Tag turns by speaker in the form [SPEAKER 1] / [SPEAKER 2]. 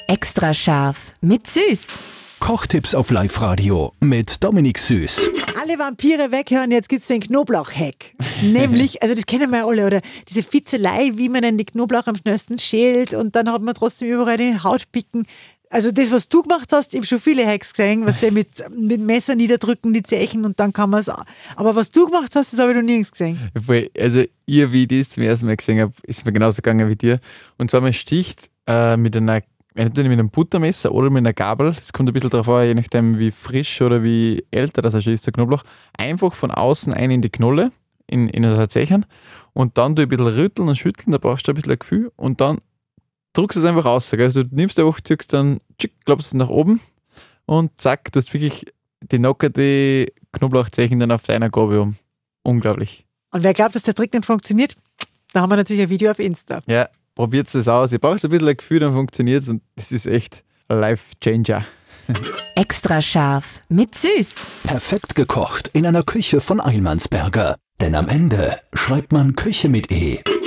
[SPEAKER 1] Extra scharf mit Süß.
[SPEAKER 2] Kochtipps auf Live-Radio mit Dominik Süß.
[SPEAKER 3] Alle Vampire weghören, jetzt gibt's den Knoblauch-Hack. Nämlich, also das kennen wir ja alle, oder diese Fitzelei, wie man dann die Knoblauch am schnellsten schält und dann hat man trotzdem überall die Haut picken. Also das, was du gemacht hast, ich habe schon viele Hacks gesehen, was der mit Messer niederdrücken, die Zehen und dann kann man es. Aber was du gemacht hast, das habe ich noch nirgends gesehen.
[SPEAKER 4] Also wie ich das zum ersten Mal gesehen habe, ist mir genauso gegangen wie dir. Und zwar man sticht mit einem Buttermesser oder mit einer Gabel, das kommt ein bisschen darauf an, je nachdem wie frisch oder wie älter das ist, der Knoblauch, einfach von außen ein in die Knolle, in so Zechern und dann ein bisschen rütteln und schütteln, da brauchst du ein bisschen ein Gefühl und dann drückst du es einfach raus. Also du nimmst einfach, ziehst dann, klappst es nach oben und zack, du hast wirklich die knockerte Knoblauchzeichen dann auf deiner Gabel um. Unglaublich.
[SPEAKER 3] Und wer glaubt, dass der Trick nicht funktioniert, da haben wir natürlich ein Video auf Insta.
[SPEAKER 4] Ja, probiert es aus. Ihr braucht ein bisschen ein Gefühl, dann funktioniert es und das ist echt ein Life-Changer.
[SPEAKER 1] Extra scharf mit Süß.
[SPEAKER 2] Perfekt gekocht in einer Küche von Eilmannsberger. Denn am Ende schreibt man Küche mit E.